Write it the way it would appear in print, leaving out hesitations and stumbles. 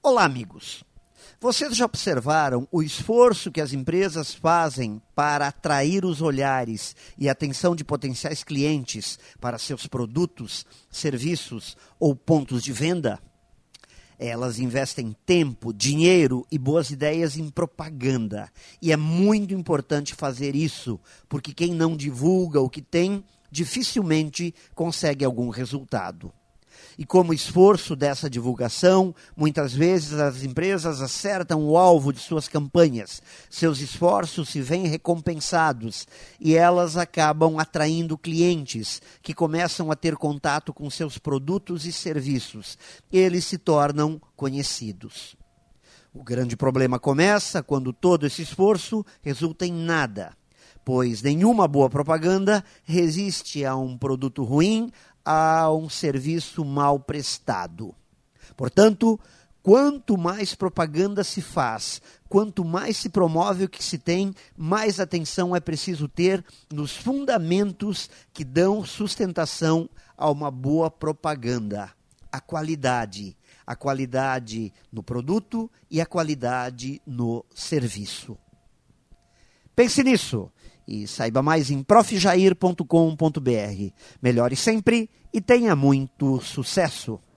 Olá, amigos! Vocês já observaram o esforço que as empresas fazem para atrair os olhares e a atenção de potenciais clientes para seus produtos, serviços ou pontos de venda? Elas investem tempo, dinheiro e boas ideias em propaganda. E é muito importante fazer isso, porque quem não divulga o que tem, dificilmente consegue algum resultado. E como esforço dessa divulgação, muitas vezes as empresas acertam o alvo de suas campanhas, seus esforços se veem recompensados e elas acabam atraindo clientes que começam a ter contato com seus produtos e serviços. Eles se tornam conhecidos. O grande problema começa quando todo esse esforço resulta em nada, pois nenhuma boa propaganda resiste a um produto ruim, a um serviço mal prestado. Portanto, quanto mais propaganda se faz, quanto mais se promove o que se tem, mais atenção é preciso ter nos fundamentos que dão sustentação a uma boa propaganda. A qualidade no produto e a qualidade no serviço. Pense nisso e saiba mais em profjair.com.br. Melhore sempre e tenha muito sucesso!